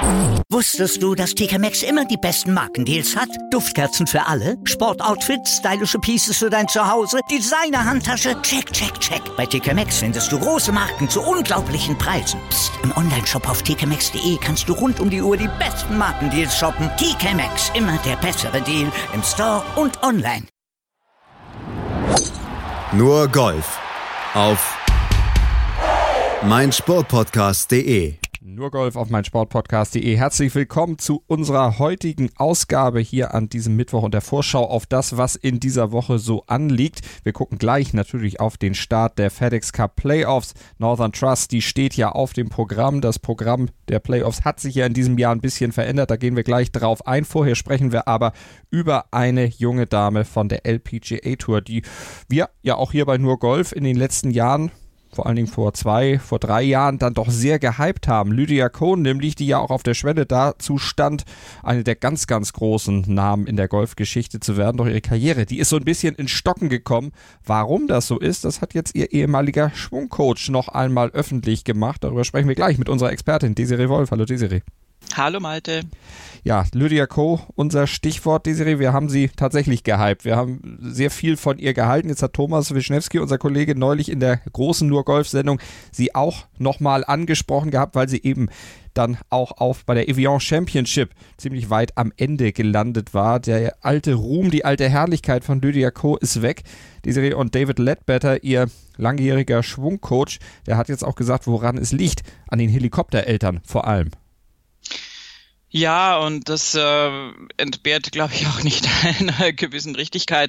Wusstest du, dass TK Maxx immer die besten Markendeals hat? Duftkerzen für alle, Sportoutfits, stylische Pieces für dein Zuhause, Designer-Handtasche, check, check, check. Bei TK Maxx findest du große Marken zu unglaublichen Preisen. Psst. Im Onlineshop auf tkmaxx.de kannst du rund um die Uhr die besten Markendeals shoppen. TK Maxx, immer der bessere Deal im Store und online. Nur Golf auf meinsportpodcast.de. Nur Golf auf meinsportpodcast.de. Herzlich willkommen zu unserer heutigen Ausgabe hier an diesem Mittwoch und der Vorschau auf das, was in dieser Woche so anliegt. Wir gucken gleich natürlich auf den Start der FedEx Cup Playoffs. Northern Trust, die steht ja auf dem Programm. Das Programm der Playoffs hat sich ja in diesem Jahr ein bisschen verändert. Da gehen wir gleich drauf ein. Vorher sprechen wir aber über eine junge Dame von der LPGA Tour, die wir ja auch hier bei Nur Golf in den letzten Jahren, vor allen Dingen vor 3 Jahren, dann doch sehr gehypt haben. Lydia Ko nämlich, die ja auch auf der Schwelle dazu stand, eine der ganz, ganz großen Namen in der Golfgeschichte zu werden. Doch ihre Karriere, die ist so ein bisschen ins Stocken gekommen. Warum das so ist, das hat jetzt ihr ehemaliger Schwungcoach noch einmal öffentlich gemacht. Darüber sprechen wir gleich mit unserer Expertin Desiree Wolf. Hallo Desiree. Hallo Malte. Ja, Lydia Ko, unser Stichwort, Desiree, wir haben sie tatsächlich gehypt. Wir haben sehr viel von ihr gehalten. Jetzt hat Thomas Wischnewski, unser Kollege, neulich in der großen Nur-Golf-Sendung sie auch nochmal angesprochen gehabt, weil sie eben dann auch bei der Evian Championship ziemlich weit am Ende gelandet war. Der alte Ruhm, die alte Herrlichkeit von Lydia Ko ist weg. Desiree, und David Ledbetter, ihr langjähriger Schwungcoach, der hat jetzt auch gesagt, woran es liegt. An den Helikoptereltern vor allem. Ja, und das entbehrt, glaube ich, auch nicht einer gewissen Richtigkeit.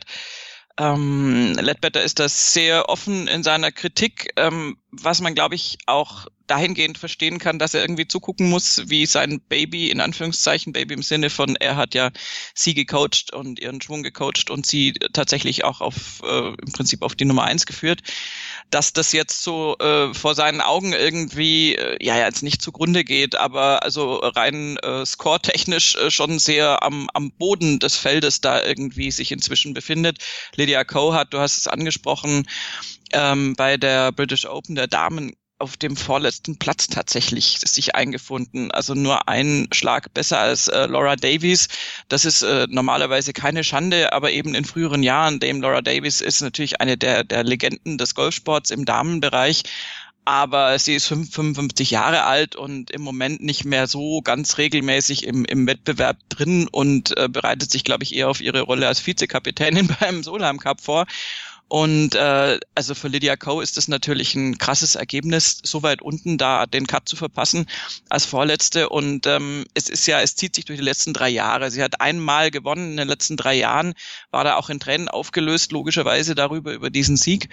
Ledbetter ist da sehr offen in seiner Kritik, was man, glaube ich, auch dahingehend verstehen kann, dass er irgendwie zugucken muss, wie sein Baby, in Anführungszeichen Baby im Sinne von, er hat ja sie gecoacht und ihren Schwung gecoacht und sie tatsächlich auch im Prinzip auf die Nummer 1 geführt, dass das jetzt so vor seinen Augen irgendwie, jetzt nicht zugrunde geht, aber also rein score-technisch schon sehr am Boden des Feldes da irgendwie sich inzwischen befindet. Lydia Ko hat, du hast es angesprochen, bei der British Open der Damen auf dem vorletzten Platz tatsächlich sich eingefunden. Also nur ein Schlag besser als Laura Davies. Das ist normalerweise keine Schande, aber eben in früheren Jahren, Laura Davies ist natürlich eine der Legenden des Golfsports im Damenbereich. Aber sie ist 55 Jahre alt und im Moment nicht mehr so ganz regelmäßig im Wettbewerb drin und bereitet sich, glaube ich, eher auf ihre Rolle als Vizekapitänin beim Solheim Cup vor. Und also für Lydia Ko ist es natürlich ein krasses Ergebnis, so weit unten da den Cut zu verpassen als Vorletzte. Und es zieht sich durch die letzten 3 Jahre. Sie hat einmal gewonnen in den letzten 3 Jahren, war da auch in Tränen aufgelöst, logischerweise über diesen Sieg.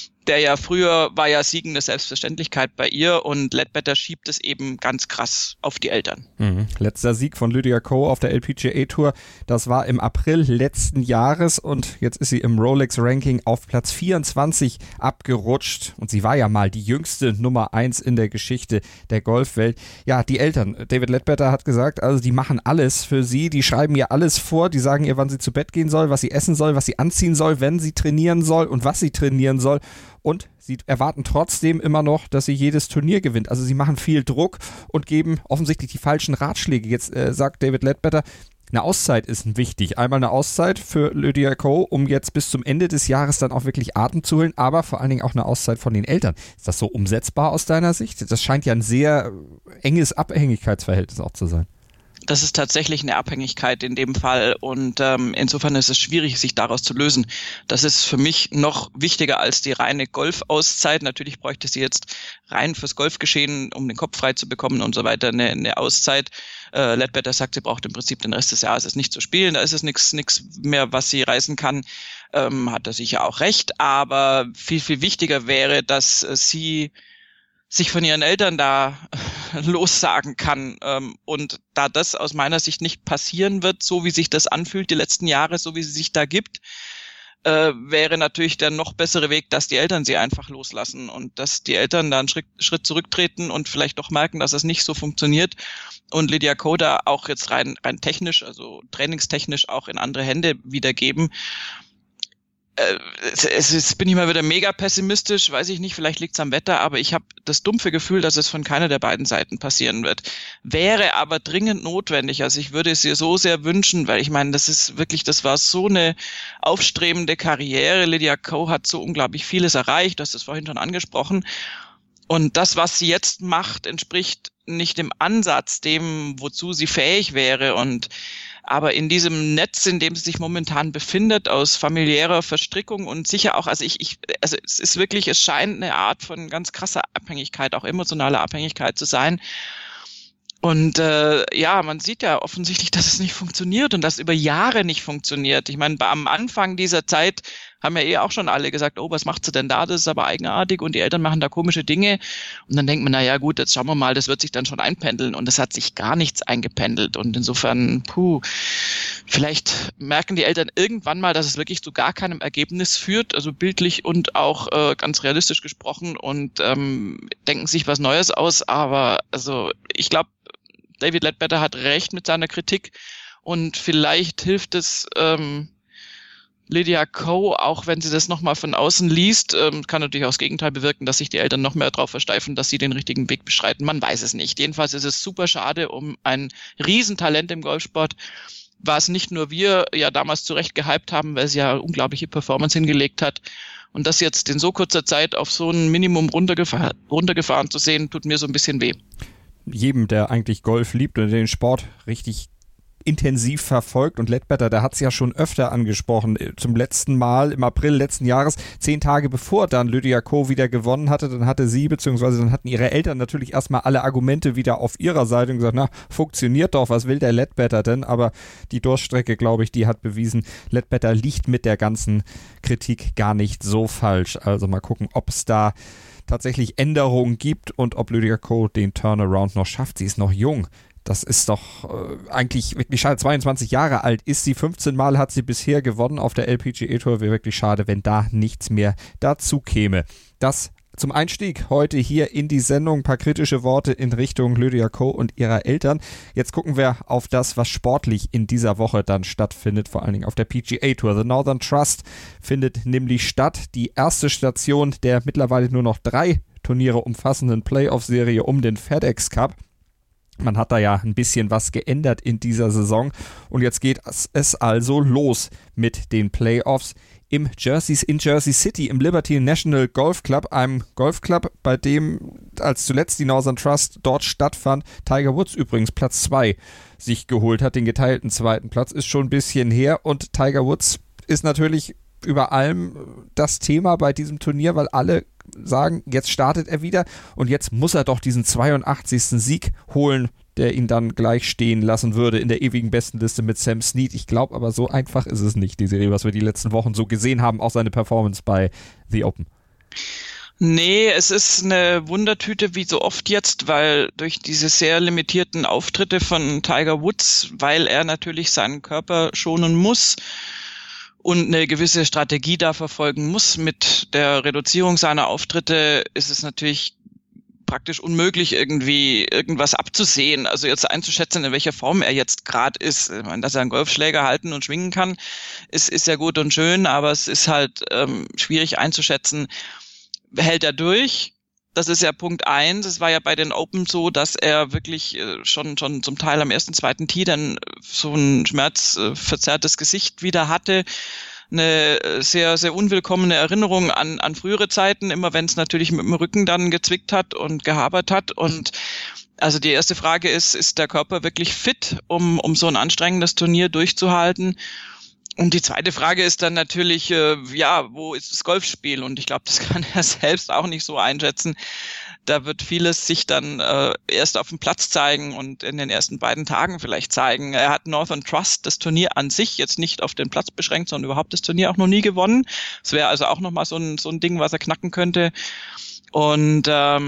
Früher war ja Siegen eine Selbstverständlichkeit bei ihr und Ledbetter schiebt es eben ganz krass auf die Eltern. Letzter Sieg von Lydia Ko auf der LPGA Tour, das war im April letzten Jahres und jetzt ist sie im Rolex-Ranking auf Platz 24 abgerutscht und sie war ja mal die jüngste Nummer 1 in der Geschichte der Golfwelt. Ja, die Eltern, David Ledbetter hat gesagt, also die machen alles für sie, die schreiben ihr alles vor, die sagen ihr, wann sie zu Bett gehen soll, was sie essen soll, was sie anziehen soll, wenn sie trainieren soll und was sie trainieren soll. Und sie erwarten trotzdem immer noch, dass sie jedes Turnier gewinnt. Also sie machen viel Druck und geben offensichtlich die falschen Ratschläge. Jetzt sagt David Ledbetter, eine Auszeit ist wichtig. Einmal eine Auszeit für Lydia Ko, um jetzt bis zum Ende des Jahres dann auch wirklich Atem zu holen, aber vor allen Dingen auch eine Auszeit von den Eltern. Ist das so umsetzbar aus deiner Sicht? Das scheint ja ein sehr enges Abhängigkeitsverhältnis auch zu sein. Das ist tatsächlich eine Abhängigkeit in dem Fall und insofern ist es schwierig, sich daraus zu lösen. Das ist für mich noch wichtiger als die reine Golfauszeit. Natürlich bräuchte sie jetzt rein fürs Golfgeschehen, um den Kopf frei zu bekommen und so weiter, eine Auszeit. Ledbetter sagt, sie braucht im Prinzip den Rest des Jahres es nicht zu spielen. Da ist es nichts mehr, was sie reißen kann. Hat er sicher auch recht. Aber viel, viel wichtiger wäre, dass sie sich von ihren Eltern da lossagen kann. Und da das aus meiner Sicht nicht passieren wird, so wie sich das anfühlt die letzten Jahre, so wie sie sich da gibt, wäre natürlich der noch bessere Weg, dass die Eltern sie einfach loslassen und dass die Eltern da einen Schritt zurücktreten und vielleicht doch merken, dass es nicht so funktioniert und Lydia Ko da auch jetzt rein technisch, also trainingstechnisch auch in andere Hände wiedergeben. Jetzt bin ich mal wieder mega pessimistisch, weiß ich nicht, vielleicht liegt's am Wetter, aber ich habe das dumpfe Gefühl, dass es von keiner der beiden Seiten passieren wird. Wäre aber dringend notwendig, also ich würde es ihr so sehr wünschen, weil ich meine, das war so eine aufstrebende Karriere. Lydia Ko hat so unglaublich vieles erreicht, du hast es vorhin schon angesprochen. Und das, was sie jetzt macht, entspricht nicht im Ansatz dem, wozu sie fähig wäre. Aber in diesem Netz, in dem sie sich momentan befindet, aus familiärer Verstrickung und sicher auch, also es ist wirklich, es scheint eine Art von ganz krasser Abhängigkeit, auch emotionaler Abhängigkeit zu sein. Und man sieht ja offensichtlich, dass es nicht funktioniert und dass über Jahre nicht funktioniert. Ich meine, am Anfang dieser Zeit haben ja auch schon alle gesagt, oh, was macht sie denn da? Das ist aber eigenartig und die Eltern machen da komische Dinge. Und dann denkt man, naja gut, jetzt schauen wir mal, das wird sich dann schon einpendeln. Und es hat sich gar nichts eingependelt. Und insofern, vielleicht merken die Eltern irgendwann mal, dass es wirklich zu gar keinem Ergebnis führt, also bildlich und auch ganz realistisch gesprochen und denken sich was Neues aus. Aber also ich glaube, David Ledbetter hat recht mit seiner Kritik und vielleicht hilft es Lydia Ko, auch wenn sie das nochmal von außen liest, kann natürlich auch das Gegenteil bewirken, dass sich die Eltern noch mehr darauf versteifen, dass sie den richtigen Weg beschreiten. Man weiß es nicht. Jedenfalls ist es super schade um ein Riesentalent im Golfsport, was nicht nur wir ja damals zurecht gehypt haben, weil sie ja unglaubliche Performance hingelegt hat. Und das jetzt in so kurzer Zeit auf so ein Minimum runtergefahren zu sehen, tut mir so ein bisschen weh. Jedem, der eigentlich Golf liebt und den Sport richtig intensiv verfolgt, und Ledbetter, der hat es ja schon öfter angesprochen, zum letzten Mal im April letzten Jahres, 10 Tage bevor dann Lydia Ko wieder gewonnen hatte, dann hatte sie, beziehungsweise dann hatten ihre Eltern natürlich erstmal alle Argumente wieder auf ihrer Seite und gesagt, na, funktioniert doch, was will der Ledbetter denn? Aber die Durchstrecke, glaube ich, die hat bewiesen, Ledbetter liegt mit der ganzen Kritik gar nicht so falsch. Also mal gucken, ob es da tatsächlich Änderungen gibt und ob Lydia Ko den Turnaround noch schafft. Sie ist noch jung. Das ist doch eigentlich wirklich schade. 22 Jahre alt ist sie, 15 Mal hat sie bisher gewonnen auf der LPGA Tour. Wäre wirklich schade, wenn da nichts mehr dazu käme. Das zum Einstieg heute hier in die Sendung. Ein paar kritische Worte in Richtung Lydia Ko und ihrer Eltern. Jetzt gucken wir auf das, was sportlich in dieser Woche dann stattfindet, vor allen Dingen auf der PGA Tour. The Northern Trust findet nämlich statt. Die erste Station der mittlerweile nur noch 3 Turniere umfassenden Playoff-Serie um den FedEx Cup. Man hat da ja ein bisschen was geändert in dieser Saison und jetzt geht es also los mit den Playoffs in Jersey City im Liberty National Golf Club, einem Golfclub, bei dem als zuletzt die Northern Trust dort stattfand, Tiger Woods übrigens Platz 2 sich geholt hat, den geteilten 2. Platz, ist schon ein bisschen her und Tiger Woods ist natürlich über allem das Thema bei diesem Turnier, weil alle sagen, jetzt startet er wieder und jetzt muss er doch diesen 82. Sieg holen, der ihn dann gleich stehen lassen würde in der ewigen Bestenliste mit Sam Snead. Ich glaube aber, so einfach ist es nicht, die Serie, was wir die letzten Wochen so gesehen haben, auch seine Performance bei The Open. Nee, es ist eine Wundertüte wie so oft jetzt, weil durch diese sehr limitierten Auftritte von Tiger Woods, weil er natürlich seinen Körper schonen muss und eine gewisse Strategie da verfolgen muss mit der Reduzierung seiner Auftritte, ist es natürlich praktisch unmöglich, irgendwie irgendwas abzusehen, also jetzt einzuschätzen, in welcher Form er jetzt gerade ist. Ich meine, dass er einen Golfschläger halten und schwingen kann, ist ja gut und schön, aber es ist halt schwierig einzuschätzen, hält er durch? Das ist ja Punkt 1. Es war ja bei den Open so, dass er wirklich schon zum Teil am 1., 2. Tee dann so ein schmerzverzerrtes Gesicht wieder hatte. Eine sehr, sehr unwillkommene Erinnerung an frühere Zeiten, immer wenn es natürlich mit dem Rücken dann gezwickt hat und gehabert hat. Und also die erste Frage ist der Körper wirklich fit, um so ein anstrengendes Turnier durchzuhalten? Und die zweite Frage ist dann natürlich, wo ist das Golfspiel? Und ich glaube, das kann er selbst auch nicht so einschätzen. Da wird vieles sich dann erst auf dem Platz zeigen und in den ersten beiden Tagen vielleicht zeigen. Er hat Northern Trust, das Turnier an sich, jetzt nicht auf den Platz beschränkt, sondern überhaupt das Turnier auch noch nie gewonnen. Das wäre also auch nochmal so ein Ding, was er knacken könnte. Und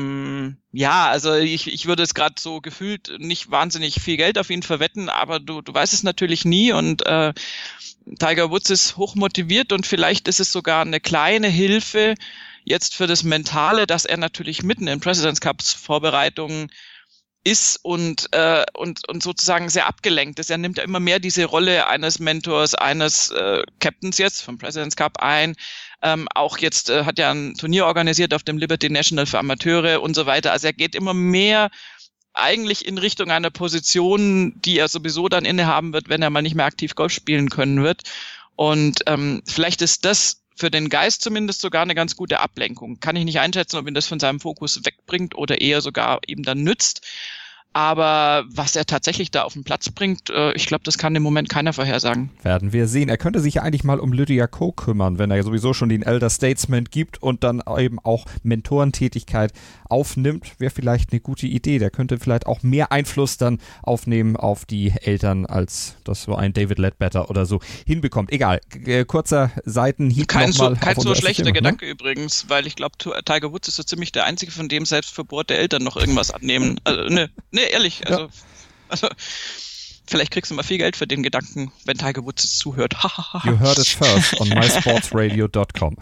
also ich würde es gerade so gefühlt nicht wahnsinnig viel Geld auf ihn verwetten, aber du weißt es natürlich nie und Tiger Woods ist hochmotiviert und vielleicht ist es sogar eine kleine Hilfe jetzt für das Mentale, dass er natürlich mitten in President's Cups Vorbereitungen ist und sozusagen sehr abgelenkt ist. Er nimmt ja immer mehr diese Rolle eines Mentors, eines Captains jetzt vom President's Cup ein. Auch jetzt hat er ein Turnier organisiert auf dem Liberty National für Amateure und so weiter. Also er geht immer mehr eigentlich in Richtung einer Position, die er sowieso dann innehaben wird, wenn er mal nicht mehr aktiv Golf spielen können wird. Und vielleicht ist das für den Geist zumindest sogar eine ganz gute Ablenkung. Kann ich nicht einschätzen, ob ihn das von seinem Fokus wegbringt oder eher sogar ihm dann nützt. Aber was er tatsächlich da auf den Platz bringt, ich glaube, das kann im Moment keiner vorhersagen. Werden wir sehen. Er könnte sich ja eigentlich mal um Lydia Ko kümmern, wenn er sowieso schon den Elder Statesman gibt und dann eben auch Mentorentätigkeit aufnimmt. Wäre vielleicht eine gute Idee. Der könnte vielleicht auch mehr Einfluss dann aufnehmen auf die Eltern, als das so ein David Ledbetter oder so hinbekommt. Egal. Kurzer Seitenhieb nochmal. Kein so schlechter Gedanke übrigens, weil ich glaube, Tiger Woods ist so ziemlich der Einzige, von dem selbst verbohrte Eltern noch irgendwas abnehmen. Also, Nee, ehrlich, also vielleicht kriegst du mal viel Geld für den Gedanken, wenn Tiger Woods jetzt zuhört. You heard it first on mysportsradio.com.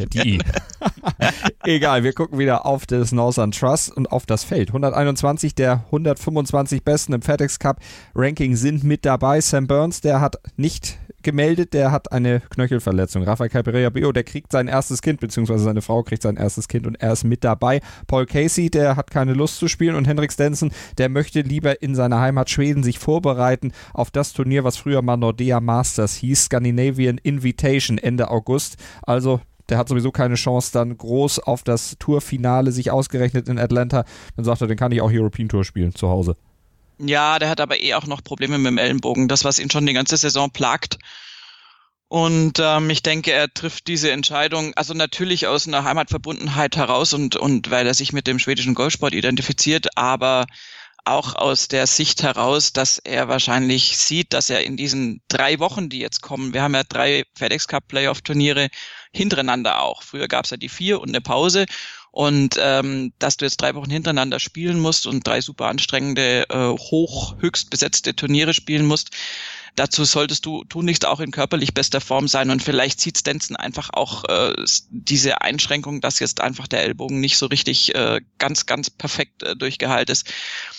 Egal, wir gucken wieder auf das Northern Trust und auf das Feld. 121 der 125 Besten im FedEx Cup Ranking sind mit dabei. Sam Burns, der hat nicht gemeldet, der hat eine Knöchelverletzung. Rafael Cabrera-Bello, der kriegt sein erstes Kind, beziehungsweise seine Frau kriegt sein erstes Kind und er ist mit dabei. Paul Casey, der hat keine Lust zu spielen und Henrik Stenson, der möchte lieber in seiner Heimat Schweden sich vorbereiten auf das Turnier, was früher mal Nordea Masters hieß, Scandinavian Invitation Ende August. Also der hat sowieso keine Chance, dann groß auf das Tourfinale sich ausgerechnet in Atlanta. Dann sagt er, dann kann ich auch European Tour spielen zu Hause. Ja, der hat aber auch noch Probleme mit dem Ellenbogen, das, was ihn schon die ganze Saison plagt. Und ich denke, er trifft diese Entscheidung, also natürlich aus einer Heimatverbundenheit heraus und weil er sich mit dem schwedischen Golfsport identifiziert, aber auch aus der Sicht heraus, dass er wahrscheinlich sieht, dass er in diesen 3 Wochen, die jetzt kommen, wir haben ja 3 FedEx Cup Playoff Turniere hintereinander auch. Früher gab es ja die 4 und eine Pause. Und dass du jetzt 3 Wochen hintereinander spielen musst und 3 super anstrengende, höchst besetzte Turniere spielen musst, dazu solltest du tunlichst auch in körperlich bester Form sein. Und vielleicht sieht Stenson einfach auch diese Einschränkung, dass jetzt einfach der Ellbogen nicht so richtig ganz, ganz perfekt durchgeheilt ist,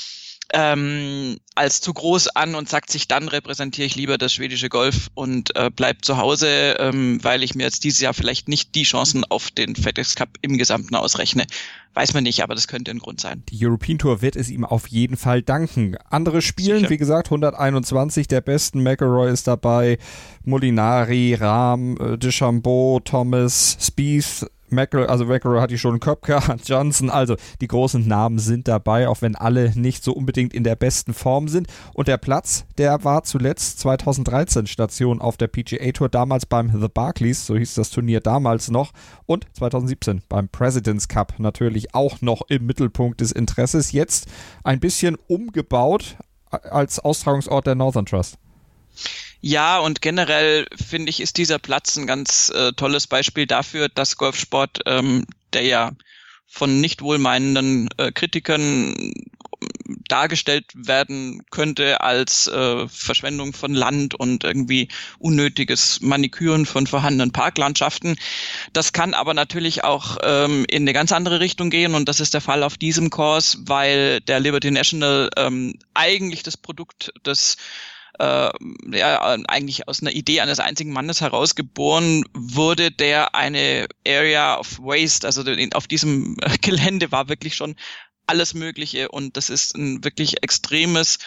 als zu groß an und sagt sich, dann repräsentiere ich lieber das schwedische Golf und bleib zu Hause, weil ich mir jetzt dieses Jahr vielleicht nicht die Chancen auf den FedEx Cup im Gesamten ausrechne. Weiß man nicht, aber das könnte ein Grund sein. Die European Tour wird es ihm auf jeden Fall danken. Andere spielen, sicher. Wie gesagt, 121 der Besten. McIlroy ist dabei, Molinari, Rahm, DeChambeau, Thomas, Spieth, McIlroy hatte ich schon, Koepka, Johnson, also die großen Namen sind dabei, auch wenn alle nicht so unbedingt in der besten Form sind. Und der Platz, der war zuletzt 2013 Station auf der PGA Tour, damals beim The Barclays, so hieß das Turnier damals noch, und 2017 beim President's Cup natürlich auch noch im Mittelpunkt des Interesses. Jetzt ein bisschen umgebaut als Austragungsort der Northern Trust. Ja, und generell finde ich, ist dieser Platz ein ganz tolles Beispiel dafür, dass Golfsport, der ja von nicht wohlmeinenden Kritikern dargestellt werden könnte als Verschwendung von Land und irgendwie unnötiges Maniküren von vorhandenen Parklandschaften. Das kann aber natürlich auch in eine ganz andere Richtung gehen und das ist der Fall auf diesem Kurs, weil der Liberty National eigentlich das Produkt des eigentlich aus einer Idee eines einzigen Mannes herausgeboren wurde, der eine Area of Waste, also auf diesem Gelände war wirklich schon alles Mögliche und das ist ein wirklich extremes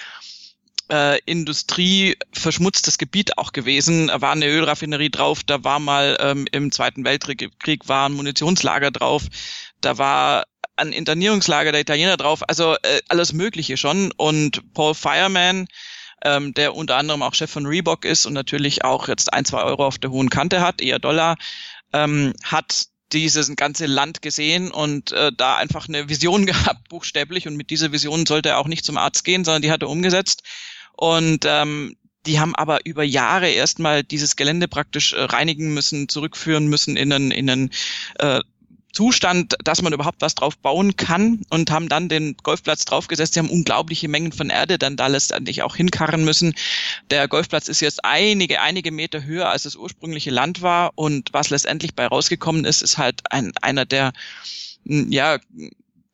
industrieverschmutztes Gebiet auch gewesen. Da war eine Ölraffinerie drauf, da war mal im Zweiten Weltkrieg war ein Munitionslager drauf, da war ein Internierungslager der Italiener drauf, also alles Mögliche schon. Und Paul Fireman, der unter anderem auch Chef von Reebok ist und natürlich auch jetzt 1-2 Euro auf der hohen Kante hat, eher Dollar, hat dieses ganze Land gesehen und da einfach eine Vision gehabt, buchstäblich. Und mit dieser Vision sollte er auch nicht zum Arzt gehen, sondern die hat er umgesetzt. Und die haben aber über Jahre erstmal dieses Gelände praktisch reinigen müssen, zurückführen müssen in einen Zustand, dass man überhaupt was drauf bauen kann und haben dann den Golfplatz draufgesetzt. Sie haben unglaubliche Mengen von Erde dann da letztendlich auch hinkarren müssen. Der Golfplatz ist jetzt einige Meter höher, als das ursprüngliche Land war und was letztendlich bei rausgekommen ist, ist halt einer der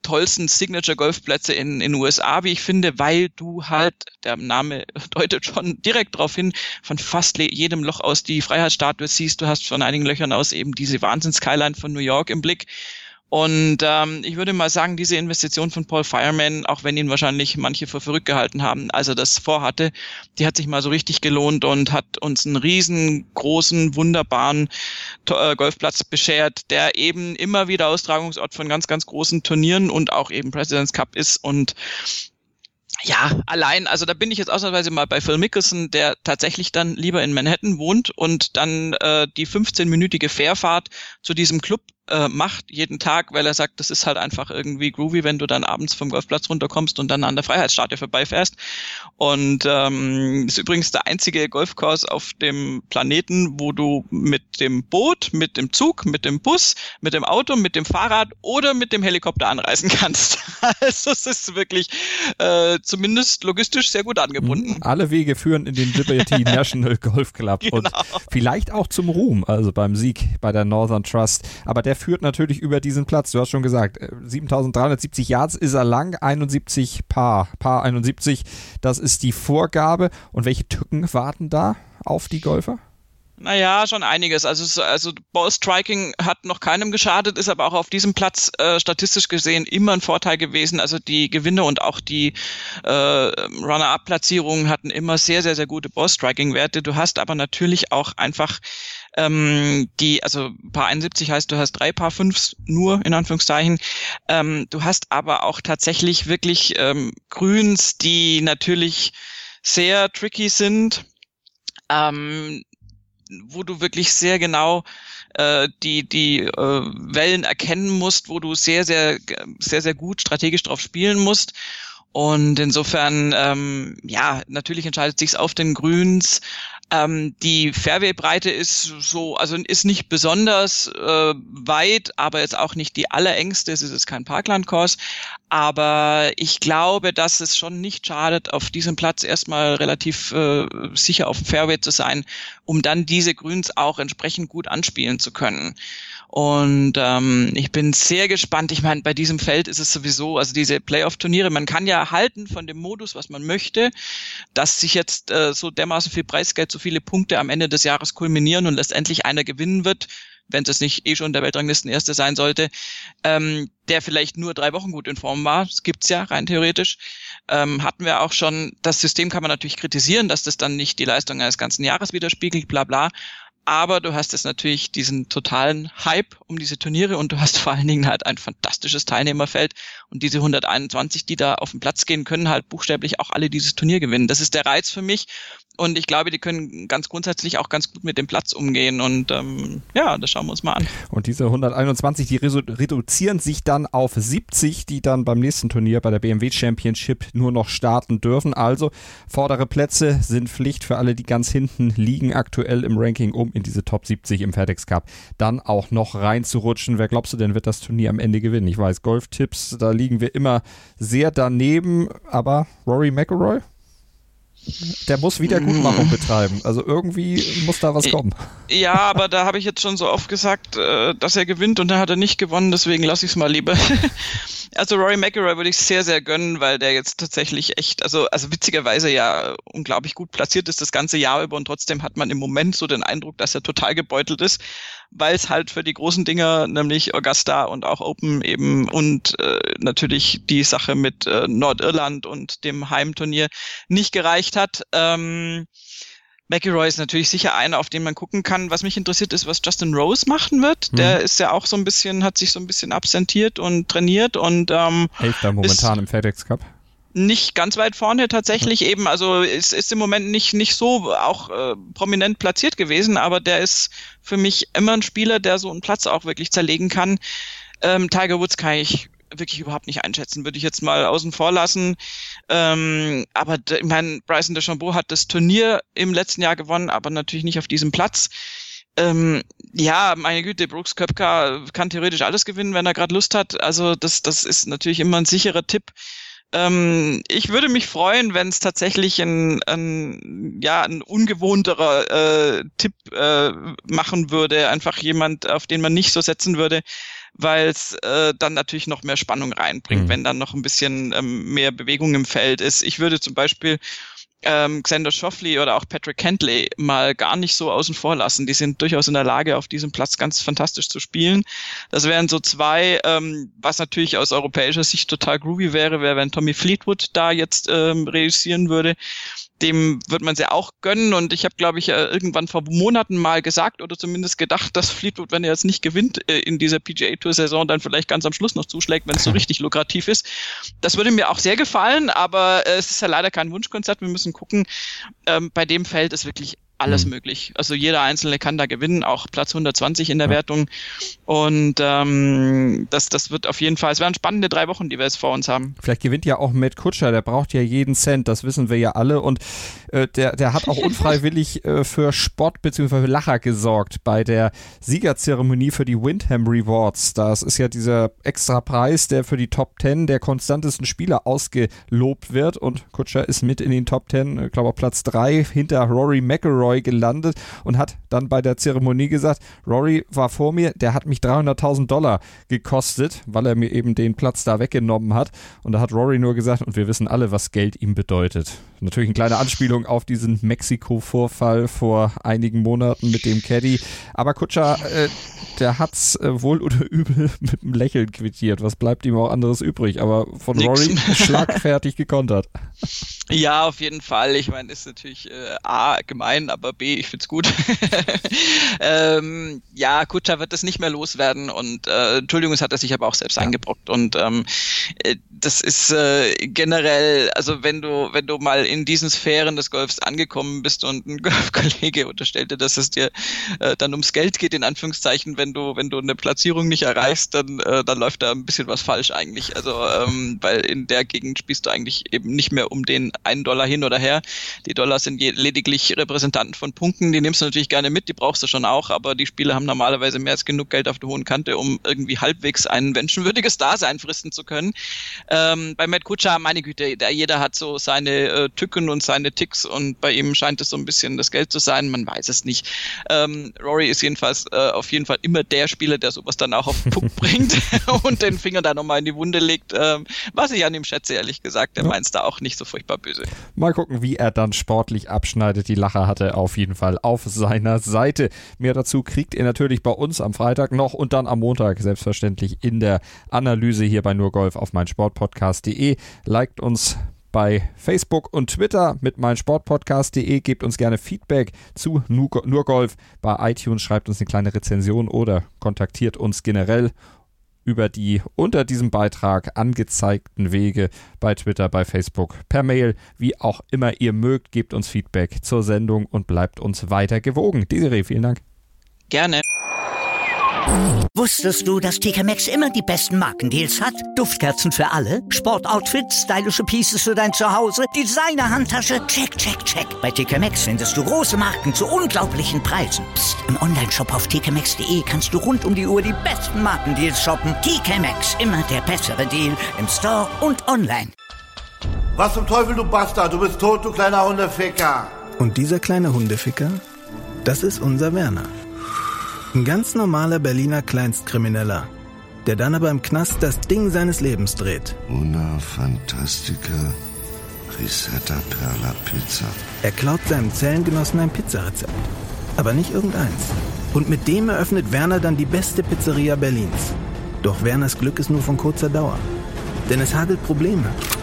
tollsten Signature-Golfplätze in den USA, wie ich finde, weil du halt, der Name deutet schon direkt darauf hin, von fast jedem Loch aus die Freiheitsstatue siehst. Du hast von einigen Löchern aus eben diese Wahnsinns-Skyline von New York im Blick. Und ich würde mal sagen, diese Investition von Paul Fireman, auch wenn ihn wahrscheinlich manche für verrückt gehalten haben, als er das vorhatte, die hat sich mal so richtig gelohnt und hat uns einen riesengroßen, wunderbaren Golfplatz beschert, der eben immer wieder Austragungsort von ganz, ganz großen Turnieren und auch eben President's Cup ist. Und ja, allein, also da bin ich jetzt ausnahmsweise mal bei Phil Mickelson, der tatsächlich dann lieber in Manhattan wohnt und dann die 15-minütige Fährfahrt zu diesem Club macht jeden Tag, weil er sagt, das ist halt einfach irgendwie groovy, wenn du dann abends vom Golfplatz runterkommst und dann an der Freiheitsstatue vorbeifährst. Und ist übrigens der einzige Golfkurs auf dem Planeten, wo du mit dem Boot, mit dem Zug, mit dem Bus, mit dem Auto, mit dem Fahrrad oder mit dem Helikopter anreisen kannst. Also es ist wirklich zumindest logistisch sehr gut angebunden. Alle Wege führen in den Liberty National Golf Club und vielleicht auch zum Ruhm, also beim Sieg bei der Northern Trust. Aber der führt natürlich über diesen Platz. Du hast schon gesagt, 7.370 Yards ist er lang, 71 Paar 71. Das ist die Vorgabe. Und welche Tücken warten da auf die Golfer? Naja, schon einiges. Also Ballstriking hat noch keinem geschadet, ist aber auch auf diesem Platz statistisch gesehen immer ein Vorteil gewesen. Also die Gewinne und auch die Runner-Up-Platzierungen hatten immer sehr, sehr, sehr gute Ballstriking-Werte. Du hast aber natürlich auch einfach also Paar 71 heißt, du hast 3 Paar 5s nur, in Anführungszeichen. Du hast aber auch tatsächlich wirklich Grüns, die natürlich sehr tricky sind, wo du wirklich sehr genau die Wellen erkennen musst, wo du sehr, sehr, sehr, sehr gut strategisch drauf spielen musst. Und insofern, natürlich entscheidet sich's auf den Grüns. Die Fairway-Breite ist ist nicht besonders weit, aber jetzt auch nicht die allerengste. Es ist kein Parkland-Kurs. Aber ich glaube, dass es schon nicht schadet, auf diesem Platz erstmal relativ sicher auf dem Fairway zu sein, um dann diese Grüns auch entsprechend gut anspielen zu können. Und ich bin sehr gespannt. Ich meine, bei diesem Feld ist es sowieso, also diese Playoff-Turniere, man kann ja halten von dem Modus, was man möchte, dass sich jetzt so dermaßen viel Preisgeld, so viele Punkte am Ende des Jahres kulminieren und letztendlich einer gewinnen wird, wenn es nicht schon der Weltranglistenerste sein sollte, der vielleicht nur 3 Wochen gut in Form war. Das gibt's ja rein theoretisch. Hatten wir auch schon. Das System kann man natürlich kritisieren, dass das dann nicht die Leistung eines ganzen Jahres widerspiegelt, bla bla. Aber du hast jetzt natürlich diesen totalen Hype um diese Turniere und du hast vor allen Dingen halt ein fantastisches Teilnehmerfeld und diese 121, die da auf den Platz gehen, können halt buchstäblich auch alle dieses Turnier gewinnen. Das ist der Reiz für mich und ich glaube, die können ganz grundsätzlich auch ganz gut mit dem Platz umgehen und das schauen wir uns mal an. Und diese 121, die reduzieren sich dann auf 70, die dann beim nächsten Turnier bei der BMW Championship nur noch starten dürfen. Also vordere Plätze sind Pflicht für alle, die ganz hinten liegen aktuell im Ranking, um in diese Top 70 im FedEx Cup dann auch noch reinzurutschen. Wer glaubst du denn, wird das Turnier am Ende gewinnen? Ich weiß, Golftipps, da liegen wir immer sehr daneben, aber Rory McIlroy? Der muss Wiedergutmachung betreiben. Also irgendwie muss da was kommen. Ja, aber da habe ich jetzt schon so oft gesagt, dass er gewinnt und dann hat er nicht gewonnen, deswegen lasse ich es mal lieber. Also Rory McIlroy würde ich sehr, sehr gönnen, weil der jetzt tatsächlich echt, also witzigerweise ja unglaublich gut platziert ist das ganze Jahr über und trotzdem hat man im Moment so den Eindruck, dass er total gebeutelt ist, weil es halt für die großen Dinger, nämlich Augusta und auch Open eben und natürlich die Sache mit Nordirland und dem Heimturnier nicht gereicht hat. McIlroy ist natürlich sicher einer, auf den man gucken kann. Was mich interessiert ist, was Justin Rose machen wird. Der ist ja auch so ein bisschen, hat sich so ein bisschen absentiert und trainiert und Elfter momentan im FedEx Cup. Nicht ganz weit vorne tatsächlich eben, also ist im Moment nicht so auch prominent platziert gewesen, aber der ist für mich immer ein Spieler, der so einen Platz auch wirklich zerlegen kann. Tiger Woods kann ich wirklich überhaupt nicht einschätzen, würde ich jetzt mal außen vor lassen. Aber ich meine, Bryson DeChambeau hat das Turnier im letzten Jahr gewonnen, aber natürlich nicht auf diesem Platz. Meine Güte, Brooks Koepka kann theoretisch alles gewinnen, wenn er gerade Lust hat. Also das ist natürlich immer ein sicherer Tipp. Ich würde mich freuen, wenn es tatsächlich ein ungewohnterer Tipp machen würde, einfach jemand, auf den man nicht so setzen würde, weil es dann natürlich noch mehr Spannung reinbringt, wenn dann noch ein bisschen mehr Bewegung im Feld ist. Ich würde zum Beispiel Xander Schauffele oder auch Patrick Cantlay mal gar nicht so außen vor lassen. Die sind durchaus in der Lage, auf diesem Platz ganz fantastisch zu spielen. Das wären so zwei, was natürlich aus europäischer Sicht total groovy wäre, wenn Tommy Fleetwood da jetzt reüssieren würde. Dem wird man sie auch gönnen und ich habe, glaube ich, irgendwann vor Monaten mal gesagt oder zumindest gedacht, dass Fleetwood, wenn er jetzt nicht gewinnt in dieser PGA-Tour-Saison, dann vielleicht ganz am Schluss noch zuschlägt, wenn es so richtig lukrativ ist. Das würde mir auch sehr gefallen, aber es ist ja leider kein Wunschkonzert. Wir müssen gucken, bei dem Feld ist wirklich alles möglich. Also jeder Einzelne kann da gewinnen, auch Platz 120 in der Wertung. Und das wird auf jeden Fall, es werden spannende 3 Wochen, die wir jetzt vor uns haben. Vielleicht gewinnt ja auch Matt Kutscher, der braucht ja jeden Cent, das wissen wir ja alle. Und der hat auch unfreiwillig für Spott bzw. für Lacher gesorgt bei der Siegerzeremonie für die Windham Rewards. Das ist ja dieser extra Preis, der für die Top 10 der konstantesten Spieler ausgelobt wird. Und Kutscher ist mit in den Top 10, ich glaube auf Platz 3 hinter Rory McIlroy gelandet und hat dann bei der Zeremonie gesagt, Rory war vor mir, der hat mich $300.000 gekostet, weil er mir eben den Platz da weggenommen hat. Und da hat Rory nur gesagt, und wir wissen alle, was Geld ihm bedeutet. Natürlich eine kleine Anspielung auf diesen Mexiko-Vorfall vor einigen Monaten mit dem Caddy. Aber Kutscher, der hat's wohl oder übel mit einem Lächeln quittiert. Was bleibt ihm auch anderes übrig? Aber von Rory schlagfertig gekontert. Ja, auf jeden Fall. Ich meine, ist natürlich A, gemein, aber B, ich find's gut. Ja, Kutscher wird das nicht mehr loswerden und Entschuldigung, es hat er sich aber auch selbst eingebrockt und das ist generell, also wenn du mal in diesen Sphären des Golfs angekommen bist und ein Golfkollege unterstellte, dass es dir dann ums Geld geht, in Anführungszeichen, wenn du eine Platzierung nicht erreichst, dann läuft da ein bisschen was falsch eigentlich. Also weil in der Gegend spielst du eigentlich eben nicht mehr um den $1 hin oder her. Die Dollar sind lediglich Repräsentanten von Punkten, die nimmst du natürlich gerne mit, die brauchst du schon auch, aber die Spieler haben normalerweise mehr als genug Geld auf der hohen Kante, um irgendwie halbwegs ein menschenwürdiges Dasein fristen zu können. Bei Matt Kutscher, meine Güte, jeder hat so seine Tücken und seine Ticks und bei ihm scheint es so ein bisschen das Geld zu sein, man weiß es nicht. Rory ist jedenfalls auf jeden Fall immer der Spieler, der sowas dann auch auf den Punkt bringt und den Finger da nochmal in die Wunde legt, was ich an ihm schätze, ehrlich gesagt, der meint's da auch nicht so furchtbar böse. Mal gucken, wie er dann sportlich abschneidet. Die Lacher hat er auf jeden Fall auf seiner Seite. Mehr dazu kriegt ihr natürlich bei uns am Freitag noch und dann am Montag selbstverständlich in der Analyse hier bei Nur Golf auf meinsportpodcast.de. Liked uns bei Facebook und Twitter mit meinsportpodcast.de. Gebt uns gerne Feedback zu Nur Golf bei iTunes. Schreibt uns eine kleine Rezension oder kontaktiert uns generell über die unter diesem Beitrag angezeigten Wege bei Twitter, bei Facebook, per Mail, wie auch immer ihr mögt. Gebt uns Feedback zur Sendung und bleibt uns weiter gewogen. Desiree, vielen Dank. Gerne. Wusstest du, dass TK Maxx immer die besten Markendeals hat? Duftkerzen für alle, Sportoutfits, stylische Pieces für dein Zuhause, Designer-Handtasche, check, check, check. Bei TK Maxx findest du große Marken zu unglaublichen Preisen. Psst. Im Onlineshop auf tkmaxx.de kannst du rund um die Uhr die besten Markendeals shoppen. TK Maxx, immer der bessere Deal im Store und online. Was zum Teufel, du Bastard? Du bist tot, du kleiner Hundeficker. Und dieser kleine Hundeficker, das ist unser Werner. Ein ganz normaler Berliner Kleinstkrimineller, der dann aber im Knast das Ding seines Lebens dreht. Una Fantastica Risetta Perla Pizza. Er klaut seinem Zellengenossen ein Pizzarezept, aber nicht irgendeins. Und mit dem eröffnet Werner dann die beste Pizzeria Berlins. Doch Werners Glück ist nur von kurzer Dauer, denn es hagelt Probleme.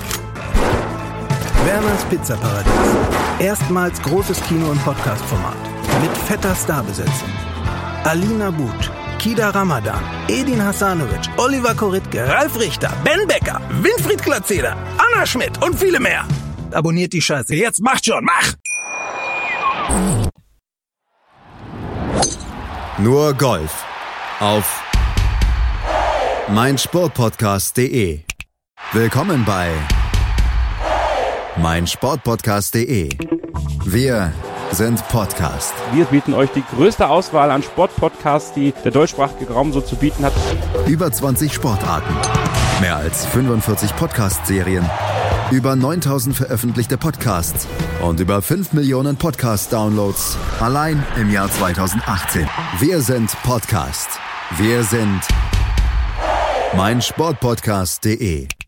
Werners Pizzaparadies. Erstmals großes Kino- und Podcast-Format. Mit fetter Starbesetzung. Alina But, Kida Ramadan, Edin Hasanovic, Oliver Koritke, Ralf Richter, Ben Becker, Winfried Glatzeder, Anna Schmidt und viele mehr. Abonniert die Scheiße. Jetzt macht schon, mach! Nur Golf auf meinsportpodcast.de. Willkommen bei meinsportpodcast.de. Wir sind Podcast. Wir bieten euch die größte Auswahl an Sportpodcasts, die der deutschsprachige Raum so zu bieten hat. Über 20 Sportarten, mehr als 45 Podcast-Serien, über 9000 veröffentlichte Podcasts und über 5 Millionen Podcast-Downloads allein im Jahr 2018. Wir sind Podcast. Wir sind meinsportpodcast.de